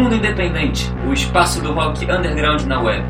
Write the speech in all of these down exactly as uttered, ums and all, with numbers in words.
Mundo Independente, o espaço do rock underground na web.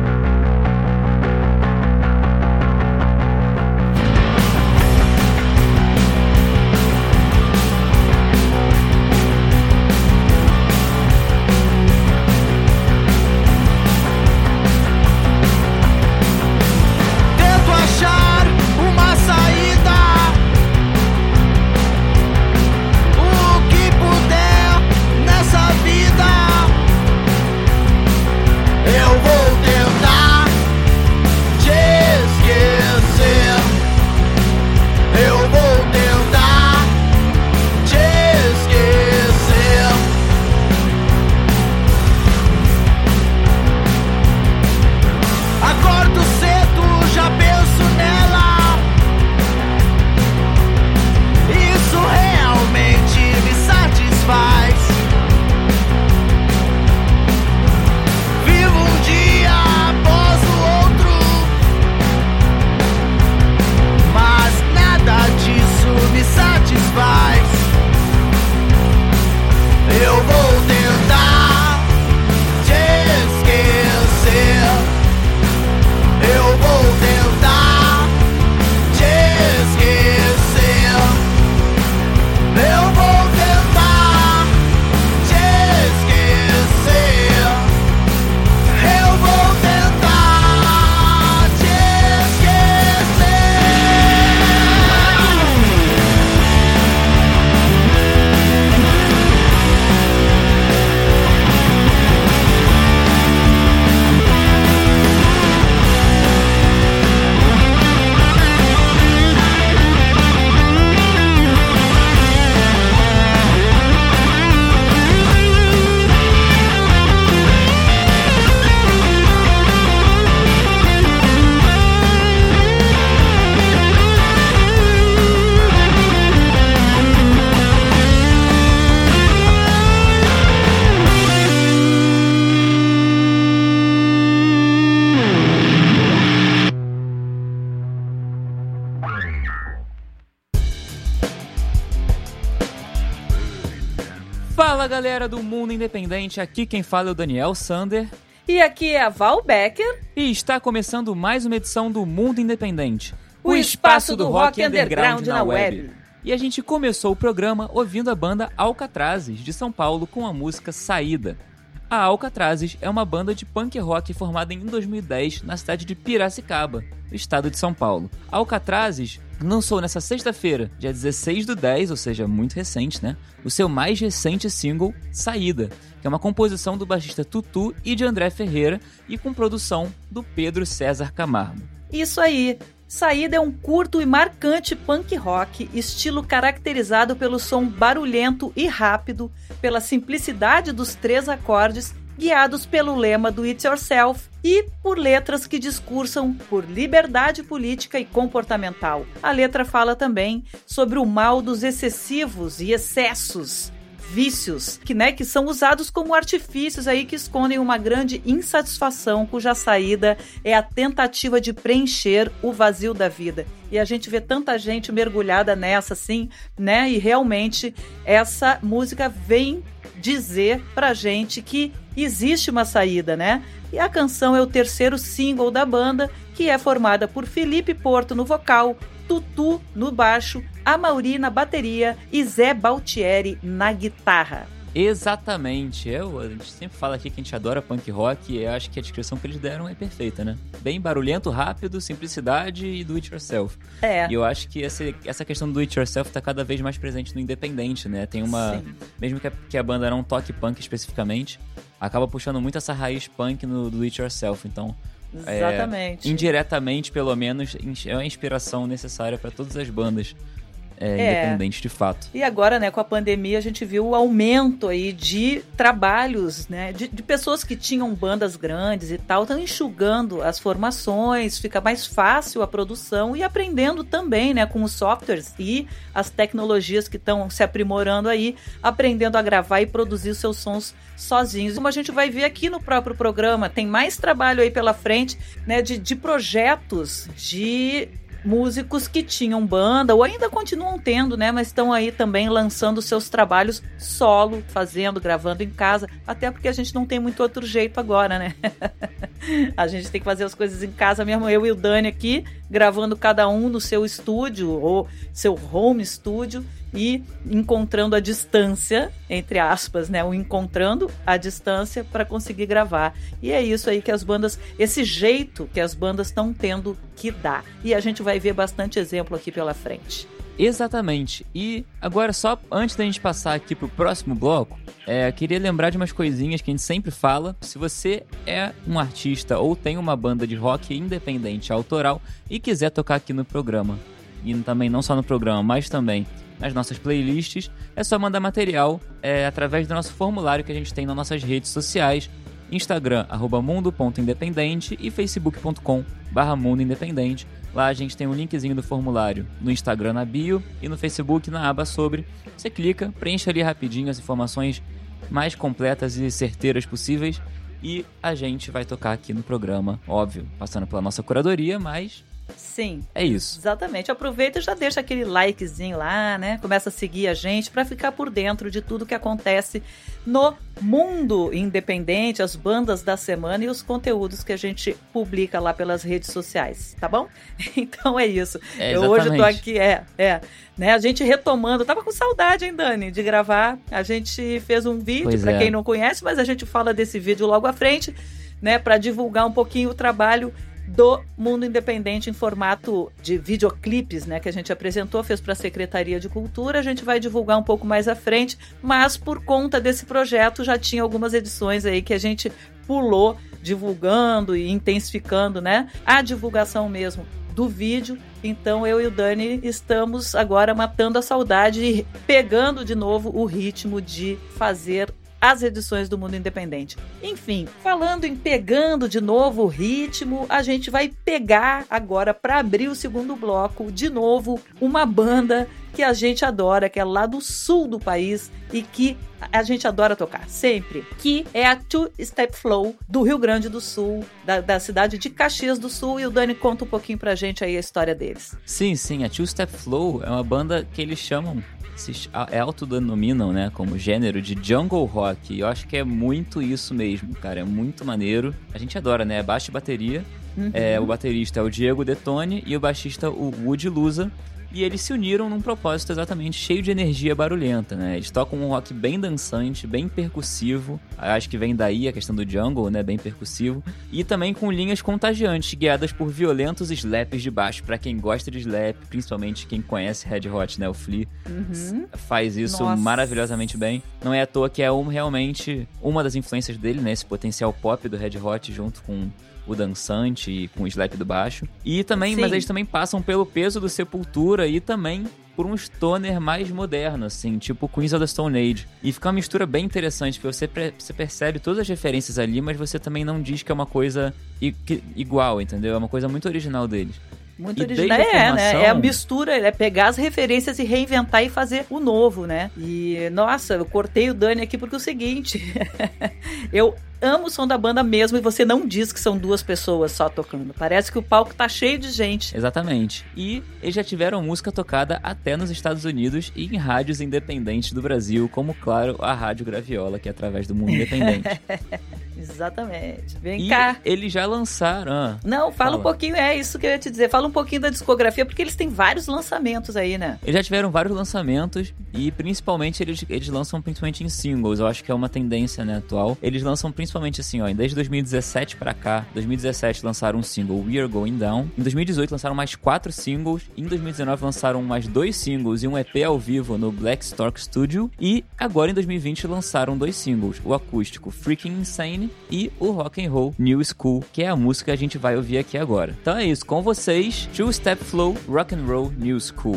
Fala galera do Mundo Independente, aqui quem fala é o Daniel Sander. E aqui é a Val Becker. E está começando mais uma edição do Mundo Independente, o, o espaço, espaço do, do rock, rock underground, underground na web. web. E a gente começou o programa ouvindo a banda Alcatrazes, de São Paulo, com a música Saída. A Alcatrazes é uma banda de punk rock formada em dois mil e dez na cidade de Piracicaba, no estado de São Paulo. A Alcatrazes lançou nessa sexta-feira, dia dezesseis do dez, ou seja, muito recente, né? O seu mais recente single, Saída, que é uma composição do baixista Tutu e de André Ferreira e com produção do Pedro César Camargo. Isso aí! Saída é um curto e marcante punk rock, estilo caracterizado pelo som barulhento e rápido, pela simplicidade dos três acordes, guiados pelo lema do It Yourself e por letras que discursam por liberdade política e comportamental. A letra fala também sobre o mal dos excessivos e excessos, vícios, que, né, que são usados como artifícios aí que escondem uma grande insatisfação cuja saída é a tentativa de preencher o vazio da vida. E a gente vê tanta gente mergulhada nessa, assim, né? E realmente essa música vem dizer pra gente que existe uma saída, né? E a canção é o terceiro single da banda, que é formada por Felipe Porto no vocal, Tutu no baixo, Amaury na bateria e Zé Baltieri na guitarra. Exatamente, eu, a gente sempre fala aqui que a gente adora punk rock e eu acho que a descrição que eles deram é perfeita, né? Bem barulhento, rápido, simplicidade e do it yourself. É. E eu acho que essa, essa questão do do it yourself tá cada vez mais presente no independente, né? Tem uma... Sim. Mesmo que a, que a banda não toque punk especificamente, acaba puxando muito essa raiz punk no do it yourself, então... Exatamente. É, indiretamente, pelo menos, é uma inspiração necessária para todas as bandas é, é. independentes, de fato. E agora, né, com a pandemia, a gente viu o aumento aí de trabalhos, né, de, de pessoas que tinham bandas grandes e tal, estão enxugando as formações, fica mais fácil a produção e aprendendo também, né, com os softwares e as tecnologias que estão se aprimorando aí, aprendendo a gravar e produzir os seus sons sozinhos. Como a gente vai ver aqui no próprio programa, tem mais trabalho aí pela frente, né, de, de projetos, de músicos que tinham banda, ou ainda continuam tendo, né? Mas estão aí também lançando seus trabalhos solo, fazendo, gravando em casa, até porque a gente não tem muito outro jeito agora, né? A gente tem que fazer as coisas em casa mesmo, eu e o Dani aqui, gravando cada um no seu estúdio, ou seu home studio, e encontrando a distância, entre aspas, né? O encontrando a distância para conseguir gravar. E é isso aí que as bandas, esse jeito que as bandas estão tendo que dar. E a gente vai ver bastante exemplo aqui pela frente. Exatamente. E agora, só antes da gente passar aqui pro próximo bloco, é, queria lembrar de umas coisinhas que a gente sempre fala. Se você é um artista ou tem uma banda de rock independente autoral e quiser tocar aqui no programa, e também não só no programa, mas também nas nossas playlists, é só mandar material é, através do nosso formulário que a gente tem nas nossas redes sociais, Instagram, arroba mundo ponto independente e facebook ponto com barra mundo independente. Lá a gente tem um linkzinho do formulário no Instagram na bio e no Facebook na aba sobre. Você clica, preenche ali rapidinho as informações mais completas e certeiras possíveis e a gente vai tocar aqui no programa, óbvio, passando pela nossa curadoria, mas... Sim. É isso. Exatamente. Aproveita e já deixa aquele likezinho lá, né? Começa a seguir a gente para ficar por dentro de tudo que acontece no mundo independente, as bandas da semana e os conteúdos que a gente publica lá pelas redes sociais, tá bom? Então é isso. É, eu hoje eu tô aqui, é, é, né? A gente retomando, eu tava com saudade, hein, Dani, de gravar. A gente fez um vídeo, para é. quem não conhece, mas a gente fala desse vídeo logo à frente, né? Para divulgar um pouquinho o trabalho do Mundo Independente em formato de videoclipes, né, que a gente apresentou, fez para a Secretaria de Cultura, a gente vai divulgar um pouco mais à frente, mas por conta desse projeto já tinha algumas edições aí que a gente pulou divulgando e intensificando, né, a divulgação mesmo do vídeo. Então eu e o Dani estamos agora matando a saudade e pegando de novo o ritmo de fazer as edições do Mundo Independente. Enfim, falando em pegando de novo o ritmo, a gente vai pegar agora, para abrir o segundo bloco, de novo, uma banda que a gente adora, que é lá do sul do país e que a gente adora tocar, sempre, que é a Two Step Flow, do Rio Grande do Sul, da, da cidade de Caxias do Sul, e o Dani conta um pouquinho pra gente aí a história deles. Sim, sim, a Two Step Flow é uma banda que eles chamam, se autodenominam, né, como gênero de jungle rock, e eu acho que é muito isso mesmo, cara, é muito maneiro. A gente adora, né, baixo e bateria, uhum. é, o baterista é o Diego Detone e o baixista o Woody Lusa, e eles se uniram num propósito exatamente cheio de energia barulhenta, né? Eles tocam um rock bem dançante, bem percussivo, acho que vem daí a questão do jungle, né, bem percussivo, e também com linhas contagiantes, guiadas por violentos slaps de baixo. Pra quem gosta de slap, principalmente quem conhece Red Hot, né, o Flea, uhum. faz isso Nossa. maravilhosamente bem. Não é à toa que é um, realmente uma das influências dele, né, esse potencial pop do Red Hot junto com o dançante e com o slap do baixo. E também, Sim. mas eles também passam pelo peso do Sepultura e também por um stoner mais moderno, assim, tipo Queens of the Stone Age. E fica uma mistura bem interessante, porque você, você percebe todas as referências ali, mas você também não diz que é uma coisa igual, entendeu? É uma coisa muito original deles. Muito e original, é, formação... né? É a mistura, é pegar as referências e reinventar e fazer o novo, né? E, nossa, eu cortei o Dani aqui porque é o seguinte, eu amo o som da banda mesmo e você não diz que são duas pessoas só tocando. Parece que o palco tá cheio de gente. Exatamente. E eles já tiveram música tocada até nos Estados Unidos e em rádios independentes do Brasil, como, claro, a Rádio Graviola, que é através do Mundo Independente. Exatamente. Vem e cá. Eles já lançaram... Ah, não, fala, fala um pouquinho, é isso que eu ia te dizer. Fala um pouquinho da discografia, porque eles têm vários lançamentos aí, né? Eles já tiveram vários lançamentos e, principalmente, eles, eles lançam principalmente em singles. Eu acho que é uma tendência, né, atual. Eles lançam principalmente assim, ó, desde dois mil e dezessete pra cá. dois mil e dezessete lançaram um single, We Are Going Down. Em dois mil e dezoito lançaram mais quatro singles. Em dois mil e dezenove lançaram mais dois singles e um E P ao vivo no Black Stork Studio. E agora, em dois mil e vinte, lançaram dois singles, o acústico Freaking Insane e o rock and roll New School, que é a música que a gente vai ouvir aqui agora. Então é isso, com vocês, Two Step Flow, Rock and Roll New School.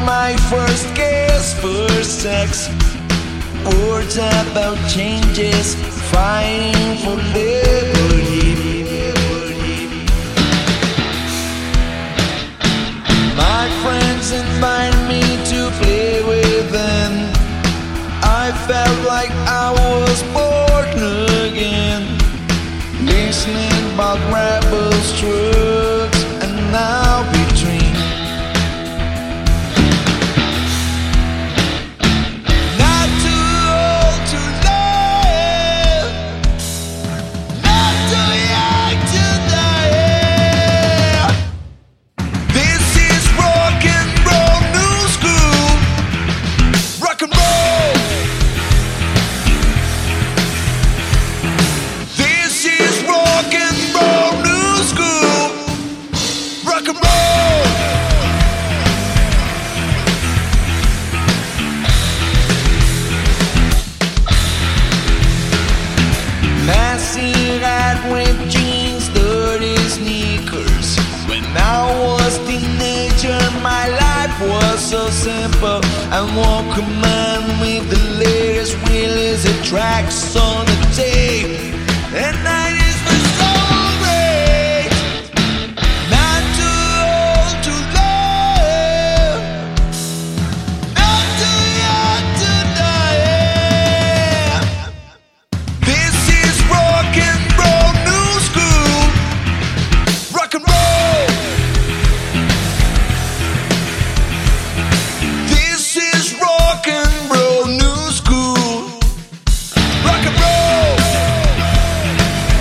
my first kiss, first sex. Words about changes, fighting for liberty. My friends invited me to play with them. I felt like I was born again, listening about rebels, trucks, and now between. Not too old to love, not too young to die. This is rock and roll, new school, rock and roll. This is rock and roll, new school, rock and roll. Messy hat with jeans, dirty sneakers. When I was teenager, my life was so simple. I walk a man with the latest wheelies and tracks on the tape, and night is for so great. Not too old to love, not too young to die. This is rock and roll, new school, rock and roll. This is rock and roll, new school, rock and roll.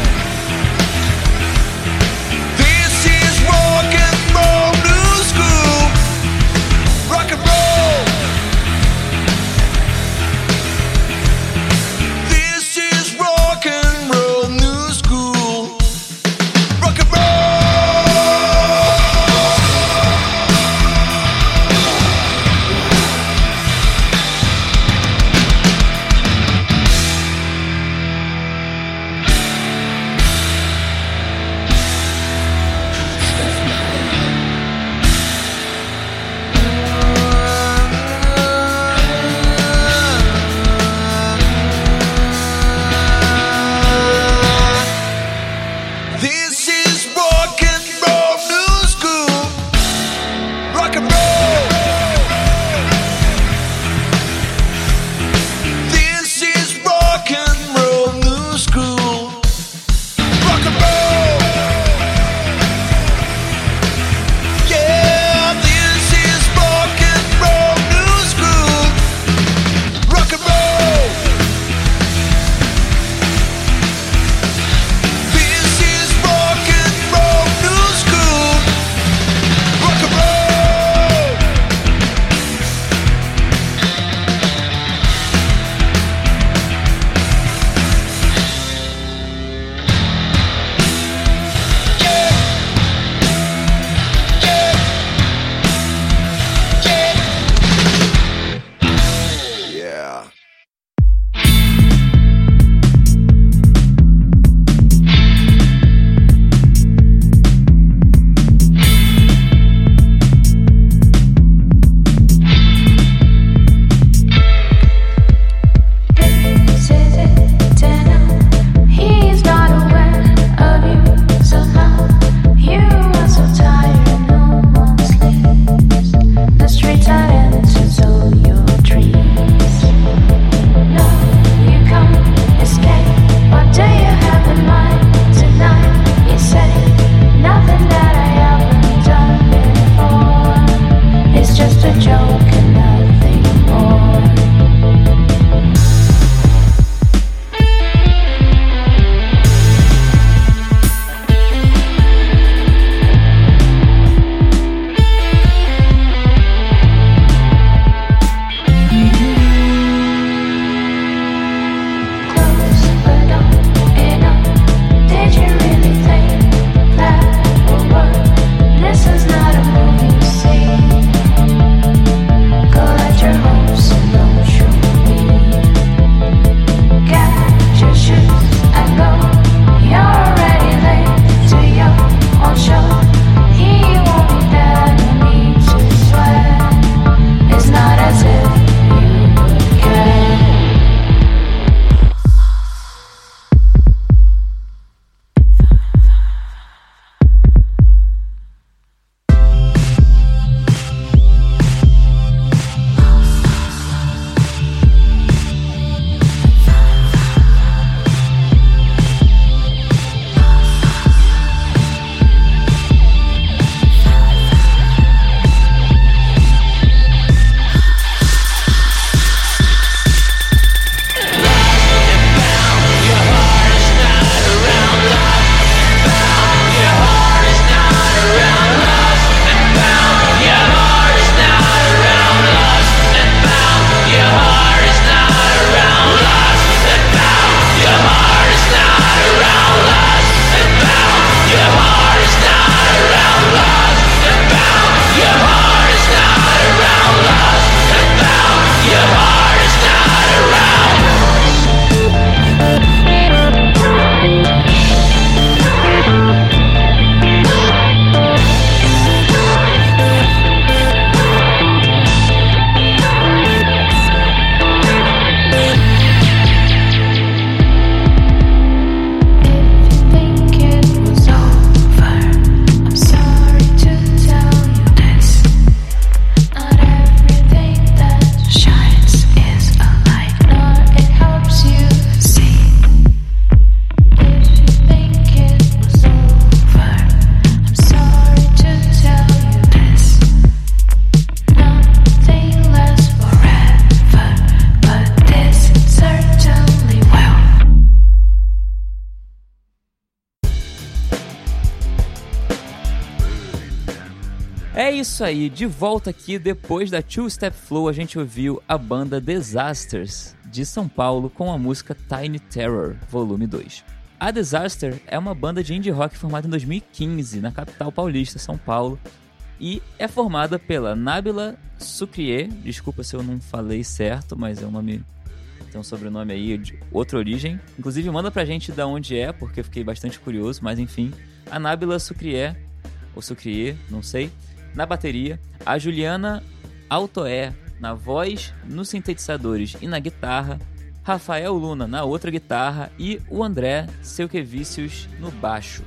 isso aí, de volta aqui, depois da Two Step Flow, a gente ouviu a banda Disasters, de São Paulo, com a música Tiny Terror, volume dois. A Disaster é uma banda de indie rock formada em dois mil e quinze, na capital paulista, São Paulo, e é formada pela Nabila Sucrier, desculpa se eu não falei certo, mas é um nome, tem um sobrenome aí de outra origem. Inclusive, manda pra gente de onde é, porque eu fiquei bastante curioso, mas enfim, a Nabila Sucrier, ou Sucrier, não sei, na bateria, a Juliana Altoé na voz, nos sintetizadores e na guitarra, Rafael Luna na outra guitarra e o André Seuquevicius no baixo.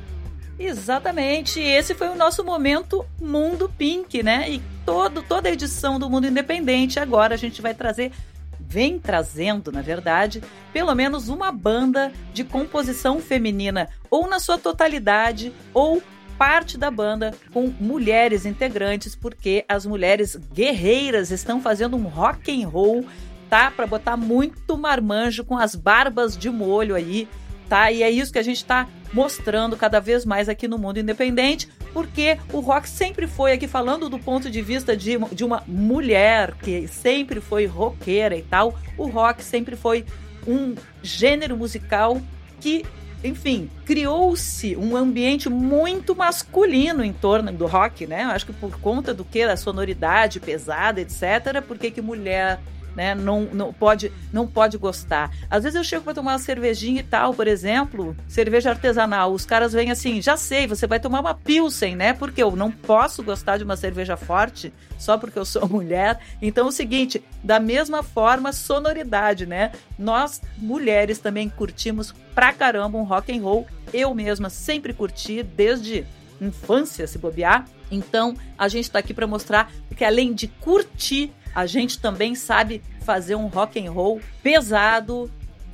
Exatamente, esse foi o nosso momento Mundo Pink, né? E todo, toda a edição do Mundo Independente agora a gente vai trazer, vem trazendo, na verdade, pelo menos uma banda de composição feminina, ou na sua totalidade, ou parte da banda com mulheres integrantes, porque as mulheres guerreiras estão fazendo um rock and roll, tá? Para botar muito marmanjo com as barbas de molho aí, tá? E é isso que a gente tá mostrando cada vez mais aqui no Mundo Independente, porque o rock sempre foi, aqui falando do ponto de vista de, de uma mulher que sempre foi roqueira e tal, o rock sempre foi um gênero musical que, enfim, criou-se um ambiente muito masculino em torno do rock, né? Acho que por conta do que? Da sonoridade pesada, etcétera. Por que que mulher, né, não, não, pode, não pode gostar? Às vezes eu chego para tomar uma cervejinha e tal, por exemplo, cerveja artesanal, os caras vêm assim, já sei, você vai tomar uma Pilsen, né? Porque eu não posso gostar de uma cerveja forte só porque eu sou mulher. Então é o seguinte, da mesma forma, sonoridade, né? Nós, mulheres, também curtimos pra caramba um rock and roll. Eu mesma sempre curti, desde infância, se bobear. Então, a gente tá aqui para mostrar que além de curtir, a gente também sabe fazer um rock and roll pesado,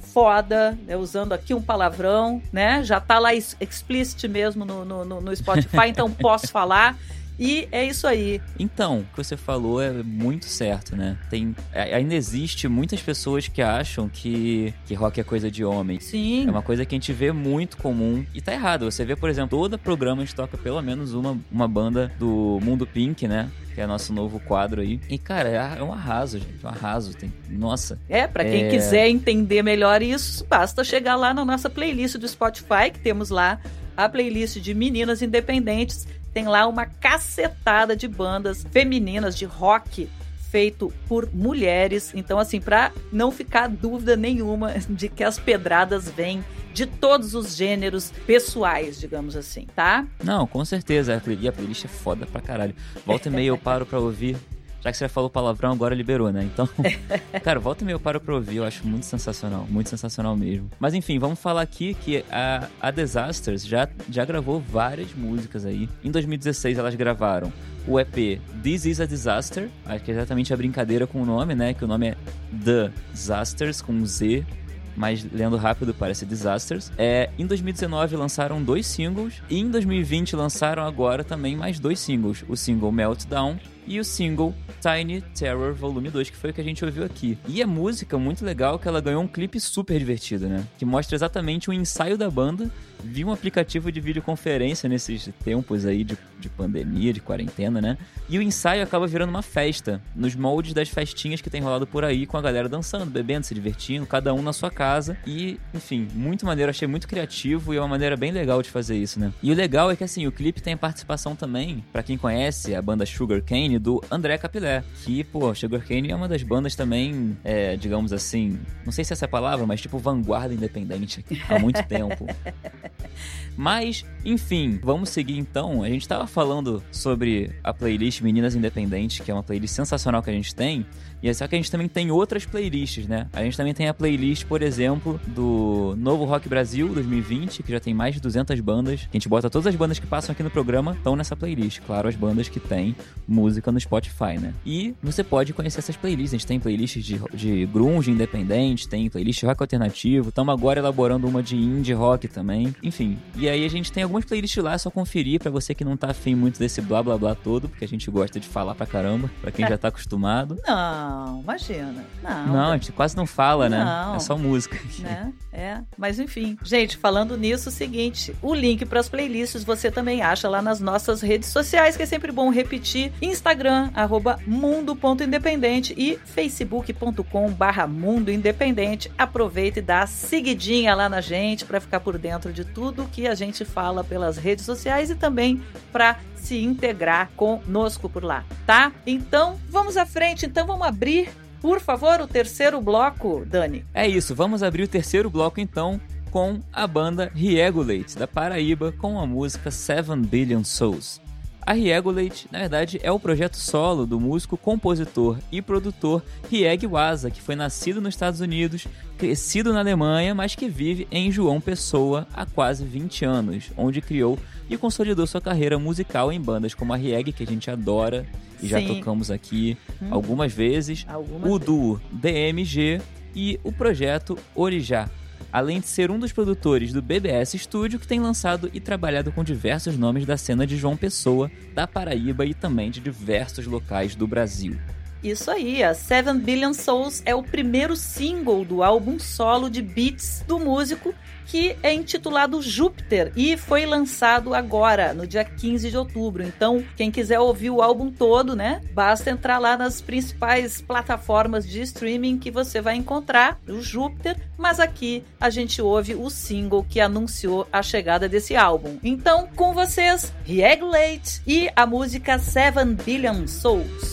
foda, né? Usando aqui um palavrão, né? Já tá lá explicit mesmo no, no, no Spotify, então posso falar. E é isso aí. Então, o que você falou é muito certo, né? Tem, ainda existe muitas pessoas que acham que, que rock é coisa de homem. Sim. É uma coisa que a gente vê muito comum. E tá errado. Você vê, por exemplo, todo programa a gente toca pelo menos uma, uma banda do Mundo Pink, né? Que é nosso novo quadro aí. E, cara, é um arraso, gente. Um arraso. Tem... Nossa. É, pra quem é... quiser entender melhor isso, basta chegar lá na nossa playlist do Spotify, que temos lá a playlist de Meninas Independentes. Tem lá uma cacetada de bandas femininas de rock feito por mulheres. Então, assim, pra não ficar dúvida nenhuma de que as pedradas vêm de todos os gêneros pessoais, digamos assim, tá? Não, com certeza. E a playlist é foda pra caralho. Volta e meia eu paro pra ouvir. Já que você já falou palavrão, agora liberou, né? Então, cara, volta e meia eu paro pra ouvir. Eu acho muito sensacional. Muito sensacional mesmo. Mas enfim, vamos falar aqui que a, a Disasters já, já gravou várias músicas aí. Em dois mil e dezesseis elas gravaram o E P This Is a Disaster. Acho que é exatamente a brincadeira com o nome, né? Que o nome é The Disasters, com um Z. Mas lendo rápido parece Disasters. É, em dois mil e dezenove lançaram dois singles. E em dois mil e vinte lançaram agora também mais dois singles. O single Meltdown e o single Tiny Terror Volume dois, que foi o que a gente ouviu aqui. E a música, muito legal, que ela ganhou um clipe super divertido, né? Que mostra exatamente o ensaio da banda. Vi um aplicativo de videoconferência nesses tempos aí de, de pandemia, de quarentena, né? E o ensaio acaba virando uma festa, nos moldes das festinhas que tem rolado por aí, com a galera dançando, bebendo, se divertindo, cada um na sua casa. E, enfim, muito maneiro, achei muito criativo e é uma maneira bem legal de fazer isso, né? E o legal é que, assim, o clipe tem a participação também, pra quem conhece a banda Sugarcane, do André Capilé, que, pô, Sugarcane é uma das bandas também, é, digamos assim, não sei se essa é a palavra, mas tipo vanguarda independente há muito tempo. Mas, enfim, vamos seguir então. A gente tava falando sobre a playlist Meninas Independentes, que é uma playlist sensacional que a gente tem. E é só que a gente também tem outras playlists, né? A gente também tem a playlist, por exemplo, do Novo Rock Brasil dois mil e vinte, que já tem mais de duzentas bandas. A gente bota todas as bandas que passam aqui no programa, estão nessa playlist. Claro, as bandas que tem música no Spotify, né? E você pode conhecer essas playlists. A gente tem playlists de, de grunge independente, tem playlist de rock alternativo. Estamos agora elaborando uma de indie rock também. Enfim, e E aí a gente tem algumas playlists lá, é só conferir pra você que não tá afim muito desse blá blá blá todo, porque a gente gosta de falar pra caramba, pra quem é. já tá acostumado. Não, imagina. Não, não, a gente quase não fala, né? Não. É só música. Né? É, mas enfim. Gente, falando nisso, é o seguinte, o link pras playlists você também acha lá nas nossas redes sociais, que é sempre bom repetir. Instagram, arroba mundo.independente e facebook.com barra mundo independente. Aproveita e dá a seguidinha lá na gente pra ficar por dentro de tudo que a gente fala pelas redes sociais e também pra se integrar conosco por lá, tá? Então, vamos à frente. Então, vamos abrir, por favor, o terceiro bloco, Dani. É isso, vamos abrir o terceiro bloco, então, com a banda Regulate, da Paraíba, com a música Seven Billion Souls. A Regulate, na verdade, é o projeto solo do músico, compositor e produtor Rieg Waza, que foi nascido nos Estados Unidos, crescido na Alemanha, mas que vive em João Pessoa há quase vinte anos, onde criou e consolidou sua carreira musical em bandas como a Rieg, que a gente adora e Sim. já tocamos aqui hum. algumas vezes, algumas o duo D M G e o projeto Orijá. Além de ser um dos produtores do B B S Studio, que tem lançado e trabalhado com diversos nomes da cena de João Pessoa, da Paraíba e também de diversos locais do Brasil. Isso aí, a Seven Billion Souls é o primeiro single do álbum solo de beats do músico, que é intitulado Júpiter e foi lançado agora, no dia quinze de outubro. Então, quem quiser ouvir o álbum todo, né, basta entrar lá nas principais plataformas de streaming que você vai encontrar o Júpiter, mas aqui a gente ouve o single que anunciou a chegada desse álbum. Então, com vocês, Regulate e a música Seven Billion Souls.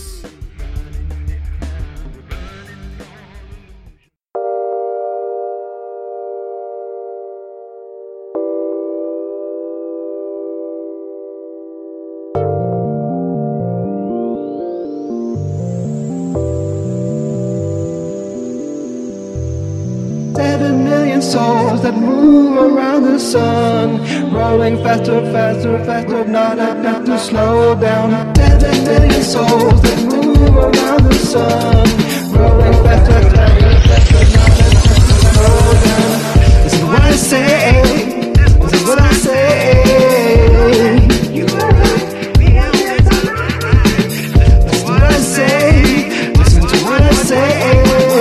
Souls that move around the sun, rolling faster, faster, faster, not enough to slow down. Seven million souls that move around the sun, rolling faster, faster, faster, not enough to slow down. This is what I say, this is what I say. You are right, me and it's alright. This is what I say, listen to what I say.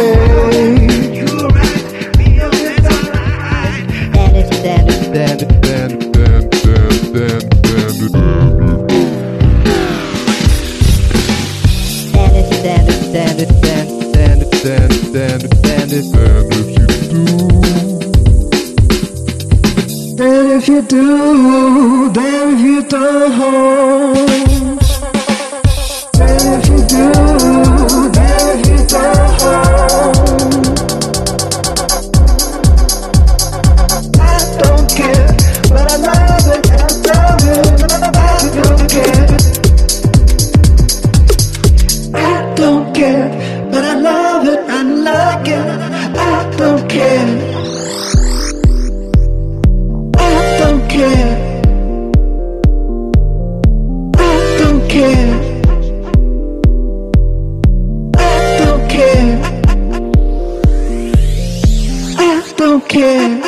And if you do, then if you don't, then if you do, then if you don't, I don't care, but I love it, I love it, I don't care, I don't care, but I love it, I like it, I don't care. Care. I don't care. I don't care. I don't care.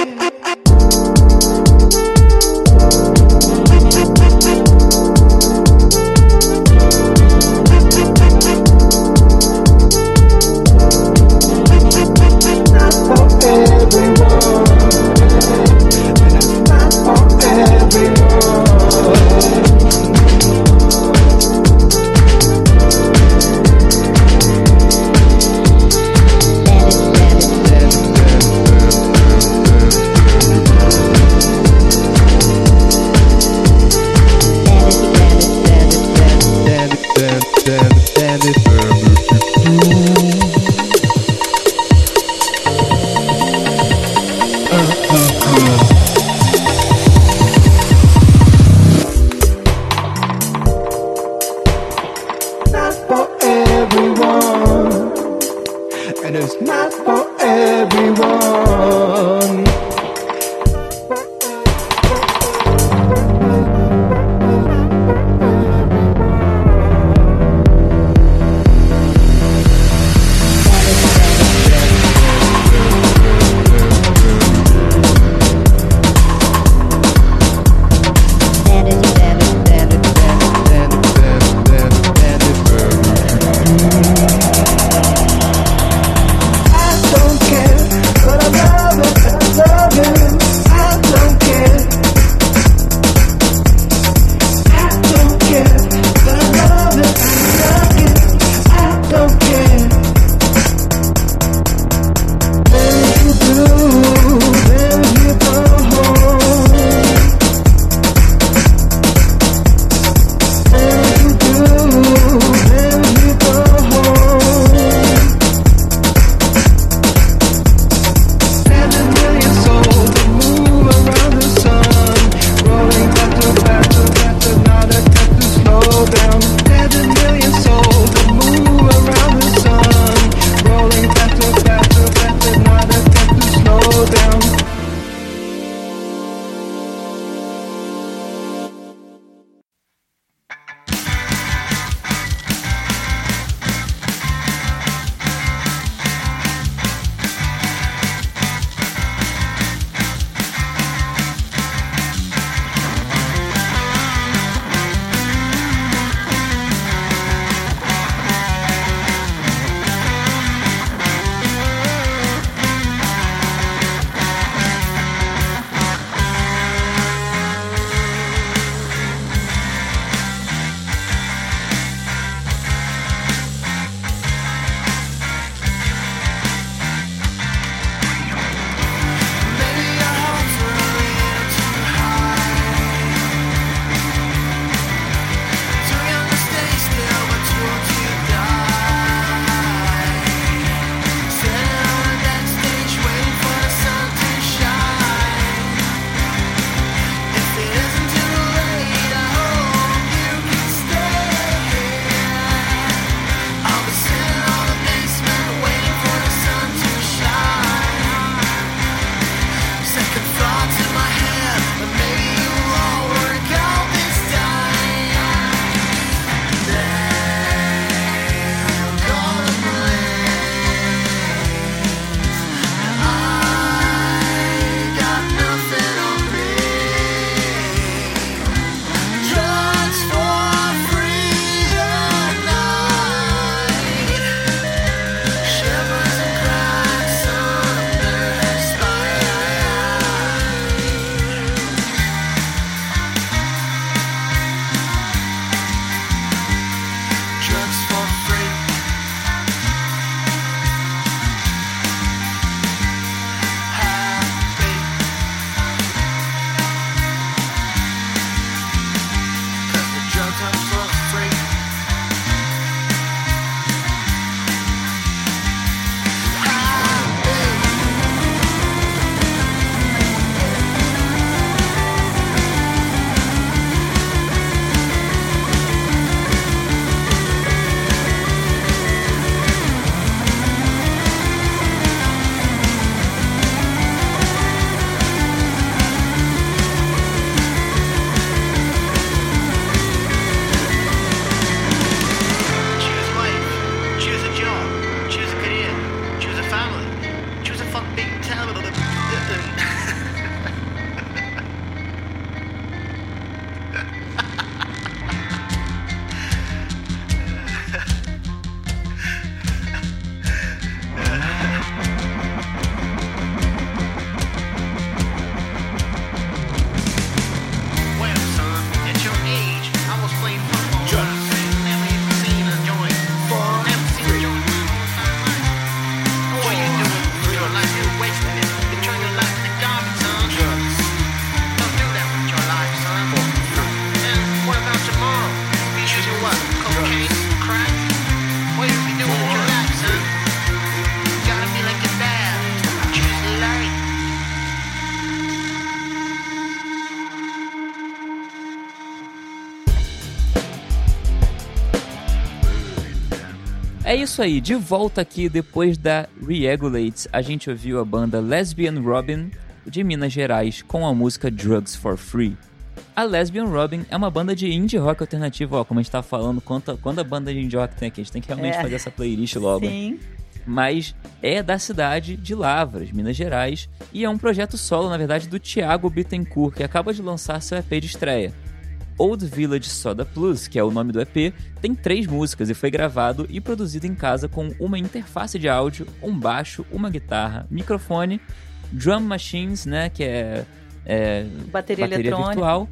É isso aí, de volta aqui depois da Re-Egulates, a gente ouviu a banda Lesbian Robin de Minas Gerais com a música Drugs for Free. A Lesbian Robin é uma banda de indie rock alternativo, ó, como a gente tá falando, quanta, quanta banda de indie rock tem aqui, a gente tem que realmente é. fazer essa playlist logo. Sim. Mas é da cidade de Lavras, Minas Gerais, e é um projeto solo, na verdade, do Thiago Bittencourt, que acaba de lançar seu E P de estreia. Old Village Soda Plus, que é o nome do E P, tem três músicas e foi gravado e produzido em casa com uma interface de áudio, um baixo, uma guitarra, microfone, drum machines, né, que é, é bateria, bateria eletrônica. virtual,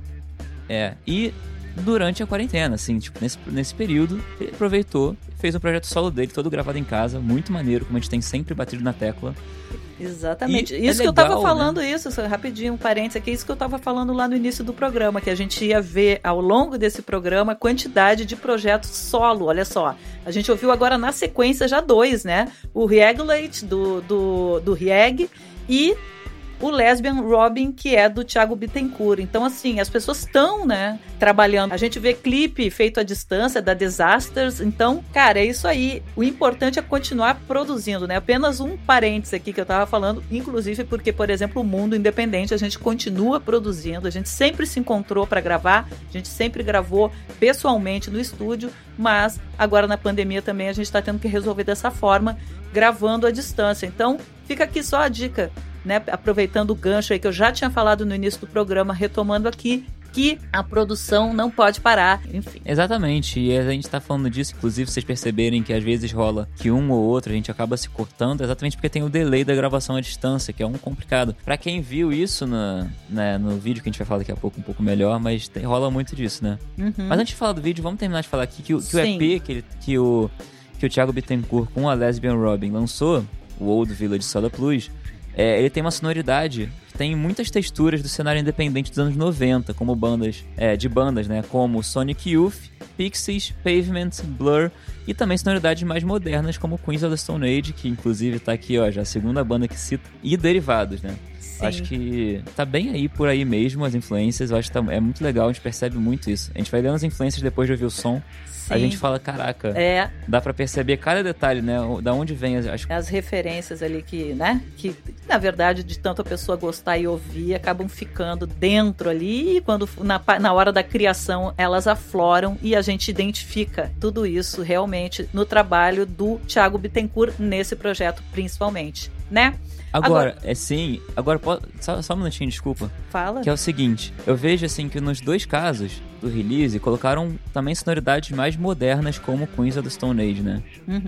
é, e durante a quarentena, assim, tipo, nesse, nesse período, ele aproveitou, fez um projeto solo dele, todo gravado em casa, muito maneiro, como a gente tem sempre batido na tecla. Exatamente. E isso é que legal, eu tava falando, né? isso, rapidinho, um parênteses aqui, isso que eu tava falando lá no início do programa, que a gente ia ver ao longo desse programa a quantidade de projetos solo, olha só. A gente ouviu agora na sequência já dois, né? O Re-Egulate, do, do, do Rieg, e o Lesbian Robin, que é do Thiago Bittencourt. Então, assim, as pessoas estão, né, trabalhando. A gente vê clipe feito à distância da Disasters. Então, cara, é isso aí. O importante é continuar produzindo, né? Apenas um parênteses aqui que eu tava falando, inclusive porque, por exemplo, o Mundo Independente, a gente continua produzindo. A gente sempre se encontrou para gravar. A gente sempre gravou pessoalmente no estúdio. Mas, agora na pandemia também, a gente está tendo que resolver dessa forma, gravando à distância. Então, fica aqui só a dica, né, aproveitando o gancho aí que eu já tinha falado no início do programa, retomando aqui, que a produção não pode parar, enfim. Exatamente, e a gente tá falando disso, inclusive vocês perceberem que às vezes rola que um ou outro a gente acaba se cortando, exatamente porque tem o delay da gravação à distância, que é um complicado. Pra quem viu isso no, né, no vídeo, que a gente vai falar daqui a pouco um pouco melhor, mas tem, rola muito disso, né? Uhum. Mas antes de falar do vídeo, vamos terminar de falar aqui que, que o E P que, ele, que, o, que o Thiago Bittencourt com a Lesbian Robin lançou, o Old Village Soda Plus, É, ele tem uma sonoridade que tem muitas texturas do cenário independente dos anos noventa, como bandas, é, de bandas, né, como Sonic Youth, Pixies, Pavement, Blur, e também sonoridades mais modernas como Queens of the Stone Age, que inclusive tá aqui, ó, já a segunda banda que cita, e derivados, né? Sim. Acho que tá bem aí por aí mesmo as influências, eu acho que tá, é muito legal, a gente percebe muito isso. A gente vai lendo as influências depois de ouvir o som. Sim. A gente fala, caraca, é. dá pra perceber cada detalhe, né? Da onde vem as... As referências ali que, né? Que, na verdade, de tanto a pessoa gostar e ouvir, acabam ficando dentro ali e quando, na, na hora da criação, elas afloram e a gente identifica tudo isso realmente no trabalho do Thiago Bittencourt nesse projeto, principalmente, né? Agora, agora, é sim, agora pode, só, só um minutinho, desculpa. Fala. Que é o seguinte, eu vejo assim que nos dois casos do release colocaram também sonoridades mais modernas como Queens of the Stone Age, né? Uhum.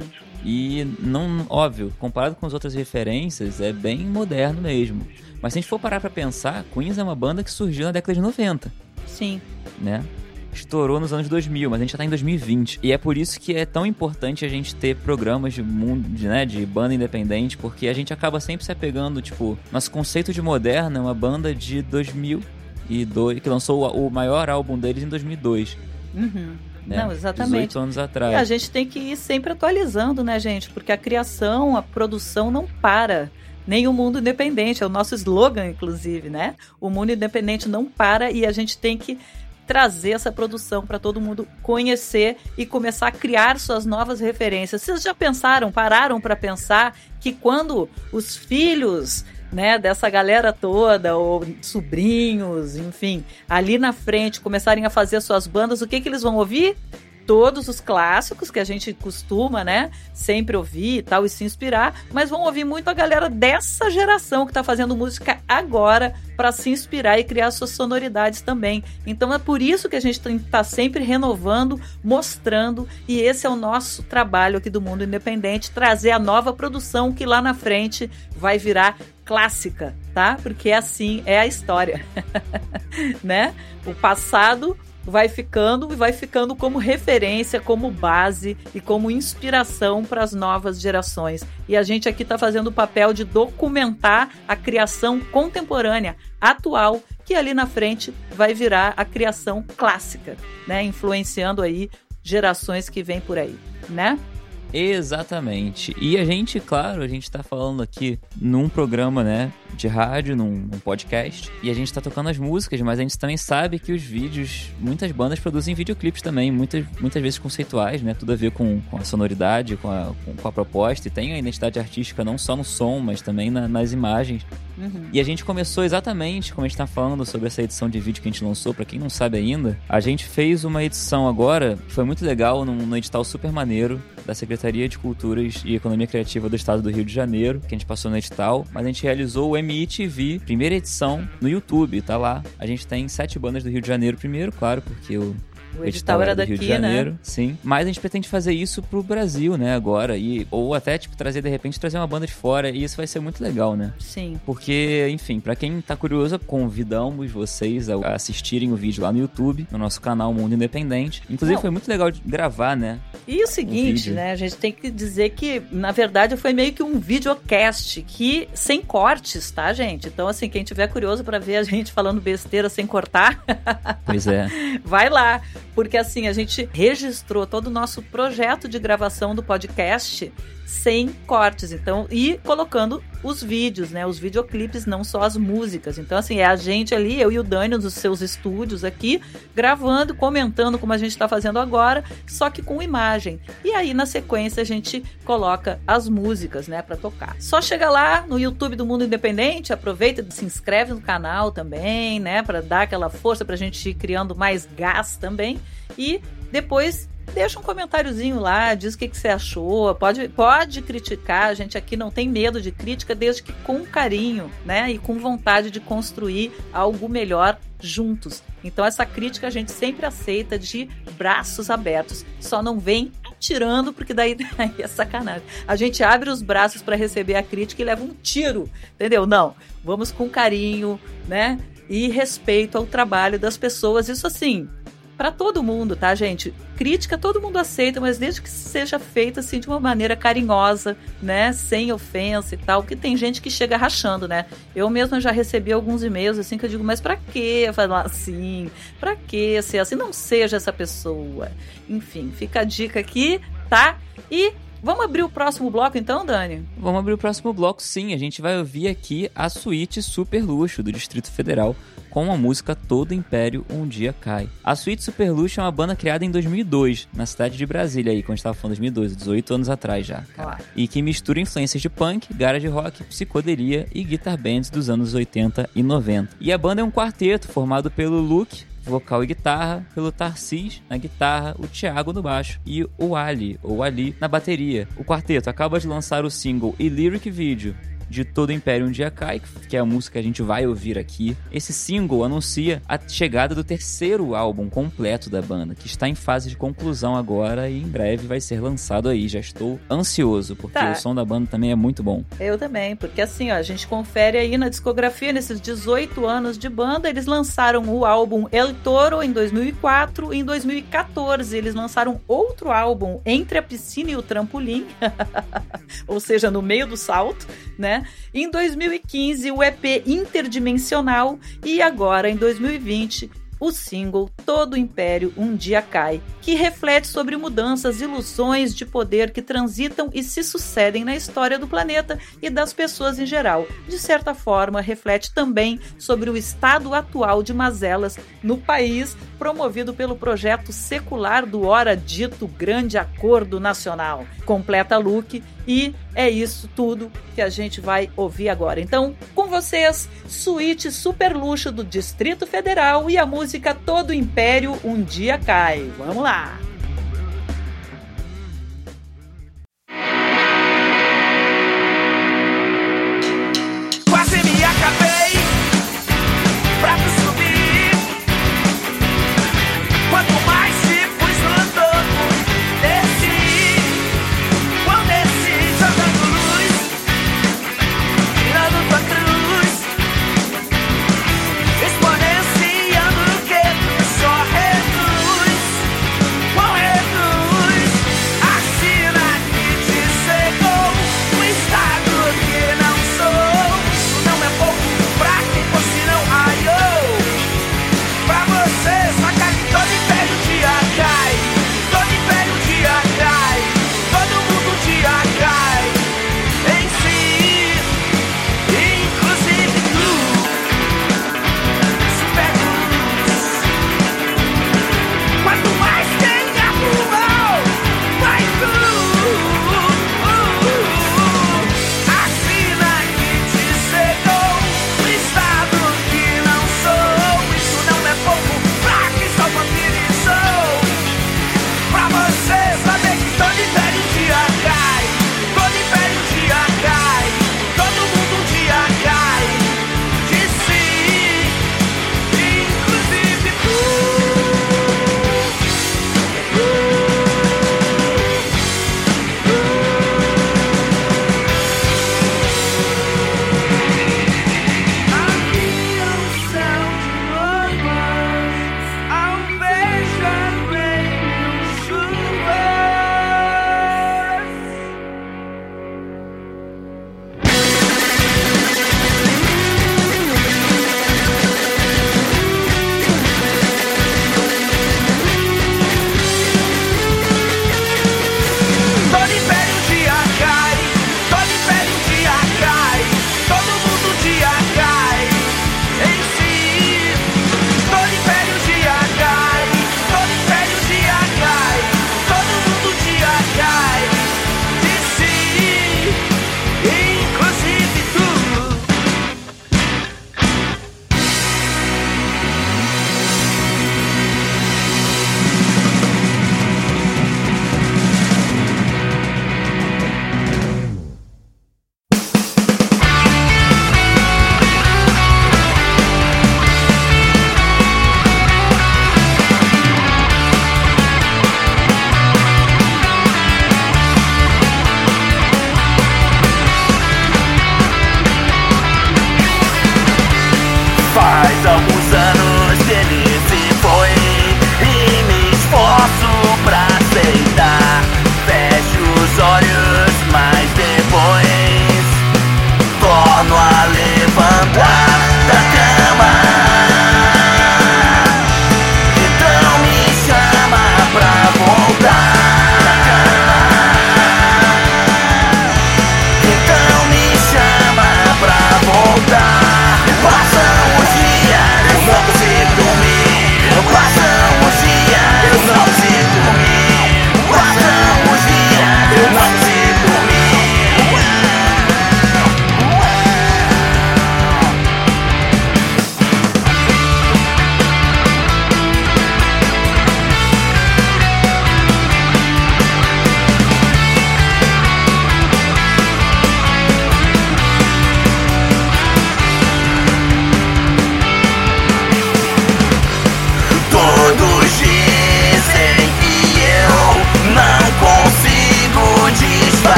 E não, óbvio, comparado com as outras referências, é bem moderno mesmo. Mas se a gente for parar pra pensar, Queens é uma banda que surgiu na década de noventa. Sim. Né? Estourou nos anos dois mil, mas a gente já tá em dois mil e vinte. E é por isso que é tão importante a gente ter programas de mundo, de, né, de banda independente, porque a gente acaba sempre se apegando, tipo, nosso conceito de moderna é uma banda de dois mil e dois, que lançou o, o maior álbum deles em dois mil e dois. Uhum. Né? Não, exatamente. dezoito anos atrás. E a gente tem que ir sempre atualizando, né, gente? Porque a criação, a produção não para. Nem o mundo independente, é o nosso slogan, inclusive, né? O mundo independente não para e a gente tem que trazer essa produção para todo mundo conhecer e começar a criar suas novas referências. Vocês já pensaram, pararam para pensar que quando os filhos, né, dessa galera toda, ou sobrinhos, enfim, ali na frente começarem a fazer suas bandas, o que que eles vão ouvir? Todos os clássicos que a gente costuma, né, sempre ouvir e tal, e se inspirar, mas vão ouvir muito a galera dessa geração que está fazendo música agora para se inspirar e criar suas sonoridades também. Então é por isso que a gente está sempre renovando, mostrando, e esse é o nosso trabalho aqui do Mundo Independente, trazer a nova produção que lá na frente vai virar clássica, tá? Porque é assim, é a história, né? O passado vai ficando e vai ficando como referência, como base e como inspiração para as novas gerações. E a gente aqui está fazendo o papel de documentar a criação contemporânea, atual, que ali na frente vai virar a criação clássica, né? Influenciando aí gerações que vêm por aí, né? Exatamente. E a gente, claro, a gente tá falando aqui num programa, né, de rádio, num, num podcast, e a gente tá tocando as músicas, mas a gente também sabe que os vídeos, muitas bandas produzem videoclipes também, muitas, muitas vezes conceituais, né, tudo a ver com, com a sonoridade, com a, com, com a proposta, e tem a identidade artística não só no som, mas também na, nas imagens. Uhum. E a gente começou exatamente, como a gente tá falando sobre essa edição de vídeo que a gente lançou, pra quem não sabe ainda, a gente fez uma edição agora, que foi muito legal, num, num edital super maneiro, da Secretaria de Culturas e Economia Criativa do Estado do Rio de Janeiro, que a gente passou no edital, mas a gente realizou o M I T V, primeira edição, no YouTube, tá lá. A gente tem sete bandas do Rio de Janeiro primeiro, claro, porque o... O edital, edital era, era do daqui, Rio de Janeiro, né? Sim. Mas a gente pretende fazer isso pro Brasil, né, agora. E, ou até, tipo, trazer, de repente, trazer uma banda de fora. E isso vai ser muito legal, né? Sim. Porque, enfim, pra quem tá curioso, convidamos vocês a assistirem o vídeo lá no YouTube, no nosso canal Mundo Independente. Inclusive, Não. foi muito legal de gravar, né? E o seguinte, o né? A gente tem que dizer que, na verdade, foi meio que um videocast que sem cortes, tá, gente? Então, assim, quem tiver curioso pra ver a gente falando besteira sem cortar... Pois é. Vai lá. Porque assim, a gente registrou todo o nosso projeto de gravação do podcast sem cortes, então, e colocando os vídeos, né, os videoclipes, não só as músicas. Então, assim, é a gente ali, eu e o Dani, nos seus estúdios aqui, gravando, comentando como a gente está fazendo agora, só que com imagem. E aí, na sequência, a gente coloca as músicas, né, para tocar. Só chega lá no YouTube do Mundo Independente, aproveita e se inscreve no canal também, né, para dar aquela força pra gente ir criando mais gás também. E depois deixa um comentáriozinho lá, diz o que, que você achou, pode, pode criticar, a gente aqui não tem medo de crítica, desde que com carinho, né, e com vontade de construir algo melhor juntos. Então essa crítica a gente sempre aceita de braços abertos, só não vem atirando, porque daí, daí é sacanagem. A gente abre os braços para receber a crítica e leva um tiro, entendeu? Não, vamos com carinho, né, e respeito ao trabalho das pessoas, isso assim... Pra todo mundo, tá, gente? Crítica todo mundo aceita, mas desde que seja feita assim de uma maneira carinhosa, né? Sem ofensa e tal, porque tem gente que chega rachando, né? Eu mesma já recebi alguns e-mails assim que eu digo, mas pra que falar assim? Pra que ser assim? Não seja essa pessoa. Enfim, fica a dica aqui, tá? E vamos abrir o próximo bloco então, Dani? Vamos abrir o próximo bloco, sim. A gente vai ouvir aqui a suíte Super Luxo do Distrito Federal, com a música Todo Império Um Dia Cai. A Suíte Super Luxo é uma banda criada em dois mil e dois, na cidade de Brasília, aí, quando a gente tava falando dois mil e dois, dezoito anos atrás já. Ah. E que mistura influências de punk, garage rock, psicodelia e guitar bands dos anos oitenta e noventa. E a banda é um quarteto formado pelo Luke, vocal e guitarra, pelo Tarcís na guitarra, o Thiago no baixo e o Ali, ou Ali, na bateria. O quarteto acaba de lançar o single e lyric video de Todo Império Um Dia Cai, que é a música que a gente vai ouvir aqui. Esse single anuncia a chegada do terceiro álbum completo da banda, que está em fase de conclusão agora e em breve vai ser lançado aí. Já estou ansioso, porque tá. O som da banda também é muito bom. Eu também, porque assim, ó, a gente confere aí na discografia, nesses dezoito anos de banda, eles lançaram o álbum El Toro em dois mil e quatro, e em dois mil e quatorze eles lançaram outro álbum, Entre a Piscina e o Trampolim, ou seja, no meio do salto, né? Em dois mil e quinze, o E P Interdimensional, e agora, em dois mil e vinte, o single Todo Império Um Dia Cai, que reflete sobre mudanças, ilusões de poder que transitam e se sucedem na história do planeta e das pessoas em geral. De certa forma, reflete também sobre o estado atual de mazelas no país, promovido pelo projeto secular do ora dito Grande Acordo Nacional. Completa Luke, e é isso tudo que a gente vai ouvir agora. Então, com vocês, Suíte Super Luxo do Distrito Federal e a música Todo Império Um Dia Cai. Vamos lá! Quase me acabei pra tu subir. Quanto mais te fui andando, desci. Quando desci, jogando luz, tirando tua cruz, exponenciando o que tu só reduz. Uou!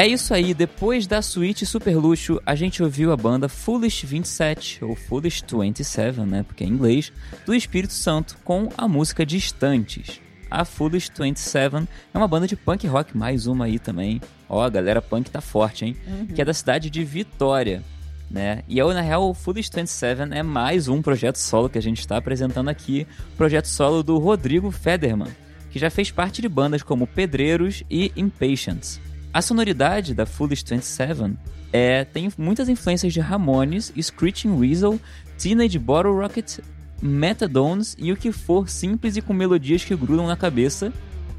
É isso aí, depois da suíte super luxo, a gente ouviu a banda Foolish vinte e sete, ou Foolish vinte e sete, né, porque é em inglês, do Espírito Santo, com a música Distantes. A Foolish vinte e sete é uma banda de punk rock, mais uma aí também. Ó, a galera punk tá forte, hein? Uhum. Que é da cidade de Vitória, né? E eu, na real, o Foolish vinte e sete é mais um projeto solo que a gente está apresentando aqui, projeto solo do Rodrigo Federman, que já fez parte de bandas como Pedreiros e Impatience. A sonoridade da Foolish vinte e sete é, tem muitas influências de Ramones, Screeching Weasel, Teenage Bottle Rocket, Metadones e o que for simples e com melodias que grudam na cabeça.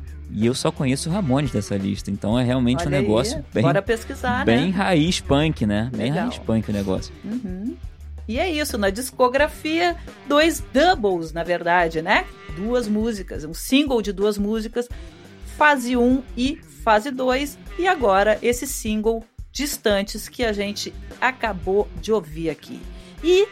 E eu só conheço Ramones dessa lista, então é realmente Olha um negócio aí, bem, bora pesquisar, bem né? raiz punk, né? Bem Legal. raiz punk o negócio. Uhum. E é isso, na discografia, dois doubles, na verdade, né? Duas músicas, um single de duas músicas, fase um e fase dois, e agora esse single Distantes que a gente acabou de ouvir aqui. E,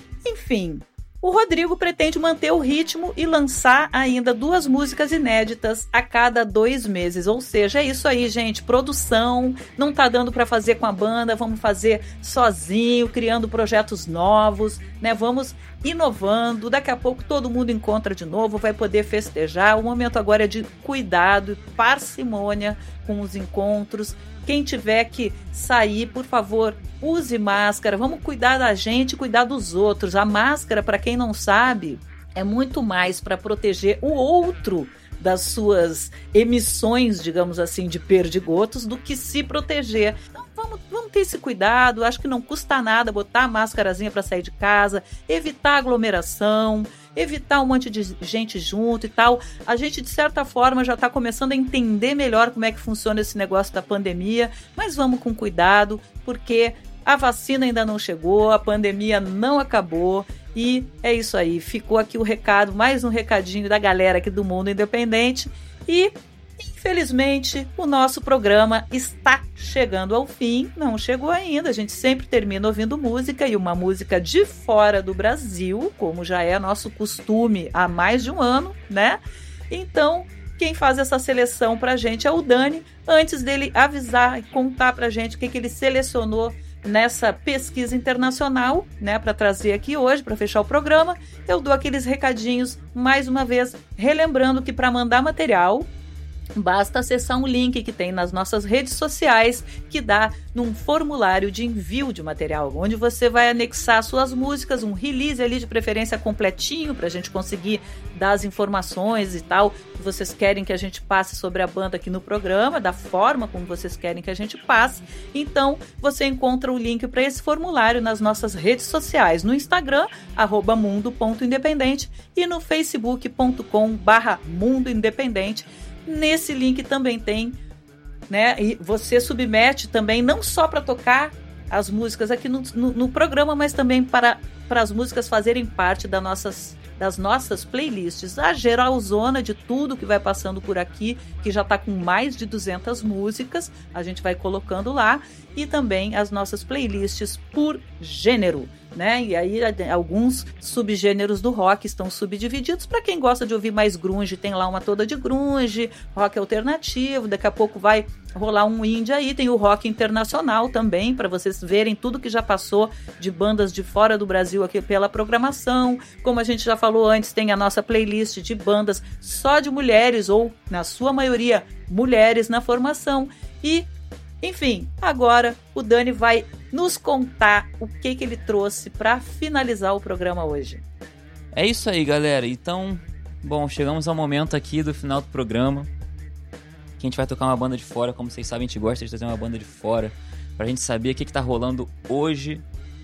enfim, o Rodrigo pretende manter o ritmo e lançar ainda duas músicas inéditas a cada dois meses. Ou seja, é isso aí, gente. Produção, não tá dando para fazer com a banda, vamos fazer sozinho, criando projetos novos, né? Vamos inovando. Daqui a pouco todo mundo encontra de novo, vai poder festejar. O momento agora é de cuidado, parcimônia com os encontros. Quem tiver que sair, por favor, use máscara. Vamos cuidar da gente e cuidar dos outros. A máscara, para quem não sabe, é muito mais para proteger o outro das suas emissões, digamos assim, de perdigotos, do que se proteger. Então, vamos, vamos ter esse cuidado. Acho que não custa nada botar a máscarazinha para sair de casa, evitar aglomeração, evitar um monte de gente junto e tal. A gente, de certa forma, já está começando a entender melhor como é que funciona esse negócio da pandemia, mas vamos com cuidado, porque a vacina ainda não chegou, a pandemia não acabou, e é isso aí. Ficou aqui o recado, mais um recadinho da galera aqui do Mundo Independente, e infelizmente o nosso programa está chegando ao fim. Não chegou ainda, a gente sempre termina ouvindo música, e uma música de fora do Brasil, como já é nosso costume há mais de um ano, né? Então, quem faz essa seleção pra gente é o Dani. Antes dele avisar e contar pra gente o que, que ele selecionou nessa pesquisa internacional, né, para trazer aqui hoje, para fechar o programa, eu dou aqueles recadinhos mais uma vez, relembrando que para mandar material, basta acessar um link que tem nas nossas redes sociais, que dá num formulário de envio de material, onde você vai anexar suas músicas, um release ali de preferência completinho, para a gente conseguir dar as informações e tal, que vocês querem que a gente passe sobre a banda aqui no programa, da forma como vocês querem que a gente passe. Então, você encontra o link para esse formulário nas nossas redes sociais, no Instagram, arroba mundo ponto independente, e no facebook ponto com barra mundo independente. Nesse link também tem, né? E você submete também, não só para tocar as músicas aqui no, no, no programa, mas também para, para as músicas fazerem parte das nossas, das nossas playlists. A geralzona de tudo que vai passando por aqui, que já está com mais de duzentas músicas, a gente vai colocando lá. E também as nossas playlists por gênero, né? E aí alguns subgêneros do rock estão subdivididos. Para quem gosta de ouvir mais grunge, tem lá uma toda de grunge, rock alternativo. Daqui a pouco vai rolar um indie aí, tem o rock internacional também, para vocês verem tudo que já passou de bandas de fora do Brasil aqui pela programação. Como a gente já falou antes, tem a nossa playlist de bandas só de mulheres, ou na sua maioria mulheres na formação. E enfim, agora o Dani vai nos contar o que, que ele trouxe para finalizar o programa hoje. É isso aí, galera. Então, bom, chegamos ao momento aqui do final do programa, que a gente vai tocar uma banda de fora. Como vocês sabem, a gente gosta de trazer uma banda de fora pra gente saber o que, que tá rolando hoje,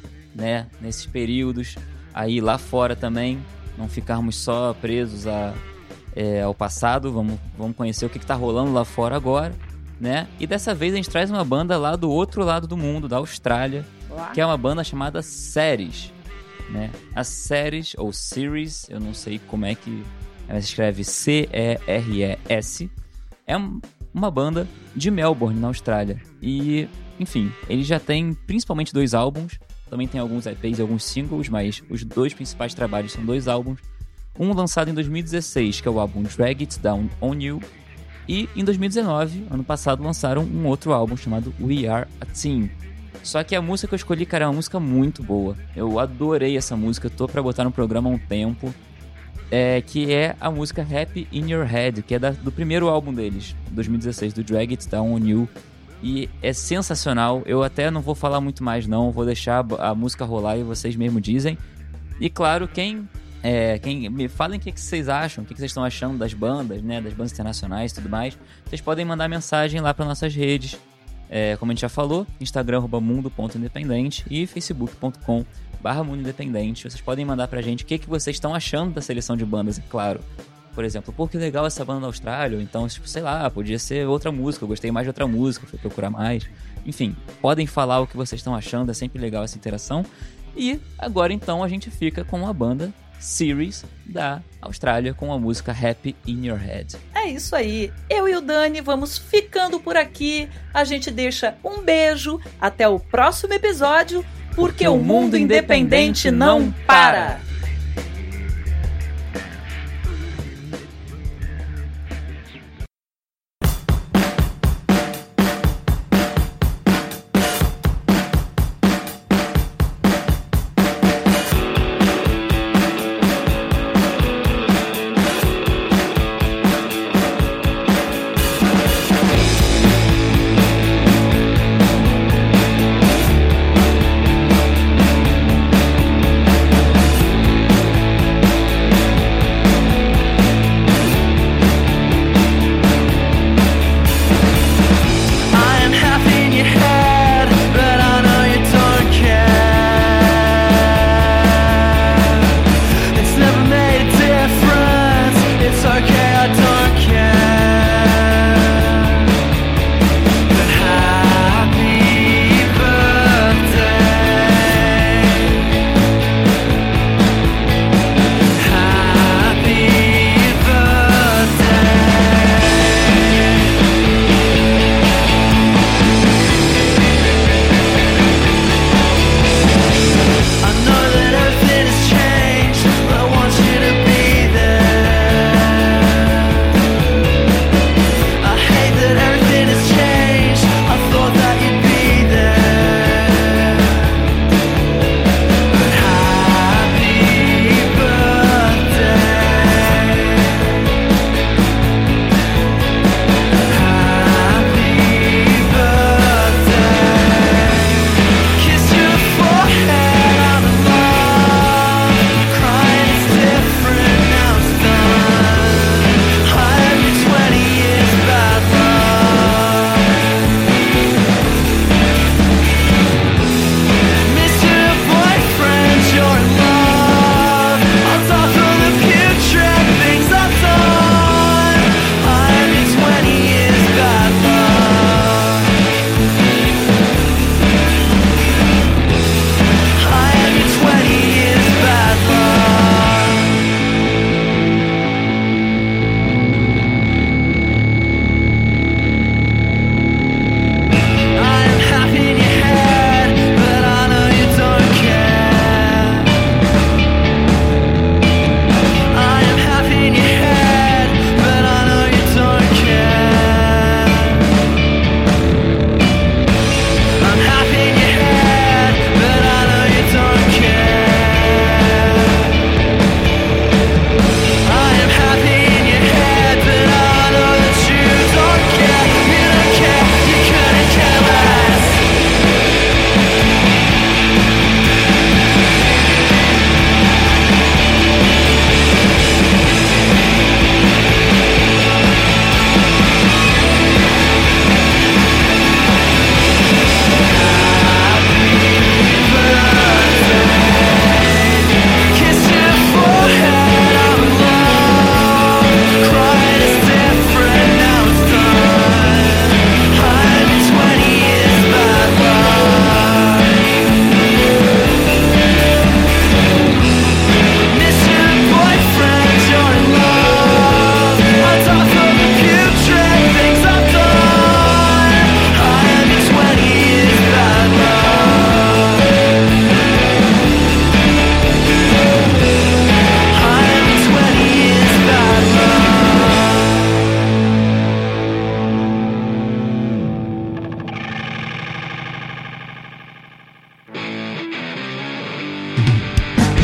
né, nesses períodos, aí lá fora também, não ficarmos só presos a, é, ao passado. Vamos, vamos conhecer o que, que tá rolando lá fora agora, né? E dessa vez a gente traz uma banda lá do outro lado do mundo, da Austrália, Olá. que é uma banda chamada Ceres, né? A Ceres, ou Series, eu não sei como é que ela se escreve, C E R E S, é uma banda de Melbourne, na Austrália. E, enfim, eles já têm principalmente dois álbuns, também tem alguns E Ps e alguns singles, mas os dois principais trabalhos são dois álbuns. Um lançado em dois mil e dezesseis, que é o álbum Drag It Down On You, E em dois mil e dezenove, ano passado, lançaram um outro álbum chamado We Are a Team. Só que a música que eu escolhi, cara, é uma música muito boa. Eu adorei essa música, tô pra botar no programa há um tempo. É, que é a música Happy in Your Head, que é da, do primeiro álbum deles, dois mil e dezesseis, do Drag It Down on You. E é sensacional. Eu até não vou falar muito mais não, vou deixar a música rolar e vocês mesmo dizem. E claro, quem... É, quem me falem o que, que vocês acham, o que, que vocês estão achando das bandas, né, das bandas internacionais e tudo mais. Vocês podem mandar mensagem lá para nossas redes, é, como a gente já falou, Instagram arroba mundo ponto independente e facebook ponto com barra mundo independente. Vocês podem mandar pra gente o que, que vocês estão achando da seleção de bandas, é claro. Por exemplo, pô, que legal essa banda na Austrália, então, tipo, sei lá, podia ser outra música, eu gostei mais de outra música, fui procurar mais. Enfim, podem falar o que vocês estão achando, é sempre legal essa interação. E agora então a gente fica com a banda Series da Austrália com a música Happy in Your Head. É isso aí, eu e o Dani vamos ficando por aqui. A gente deixa um beijo, até o próximo episódio, porque, porque o mundo independente não para.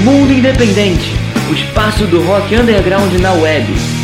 Mundo Independente, o espaço do rock underground na web.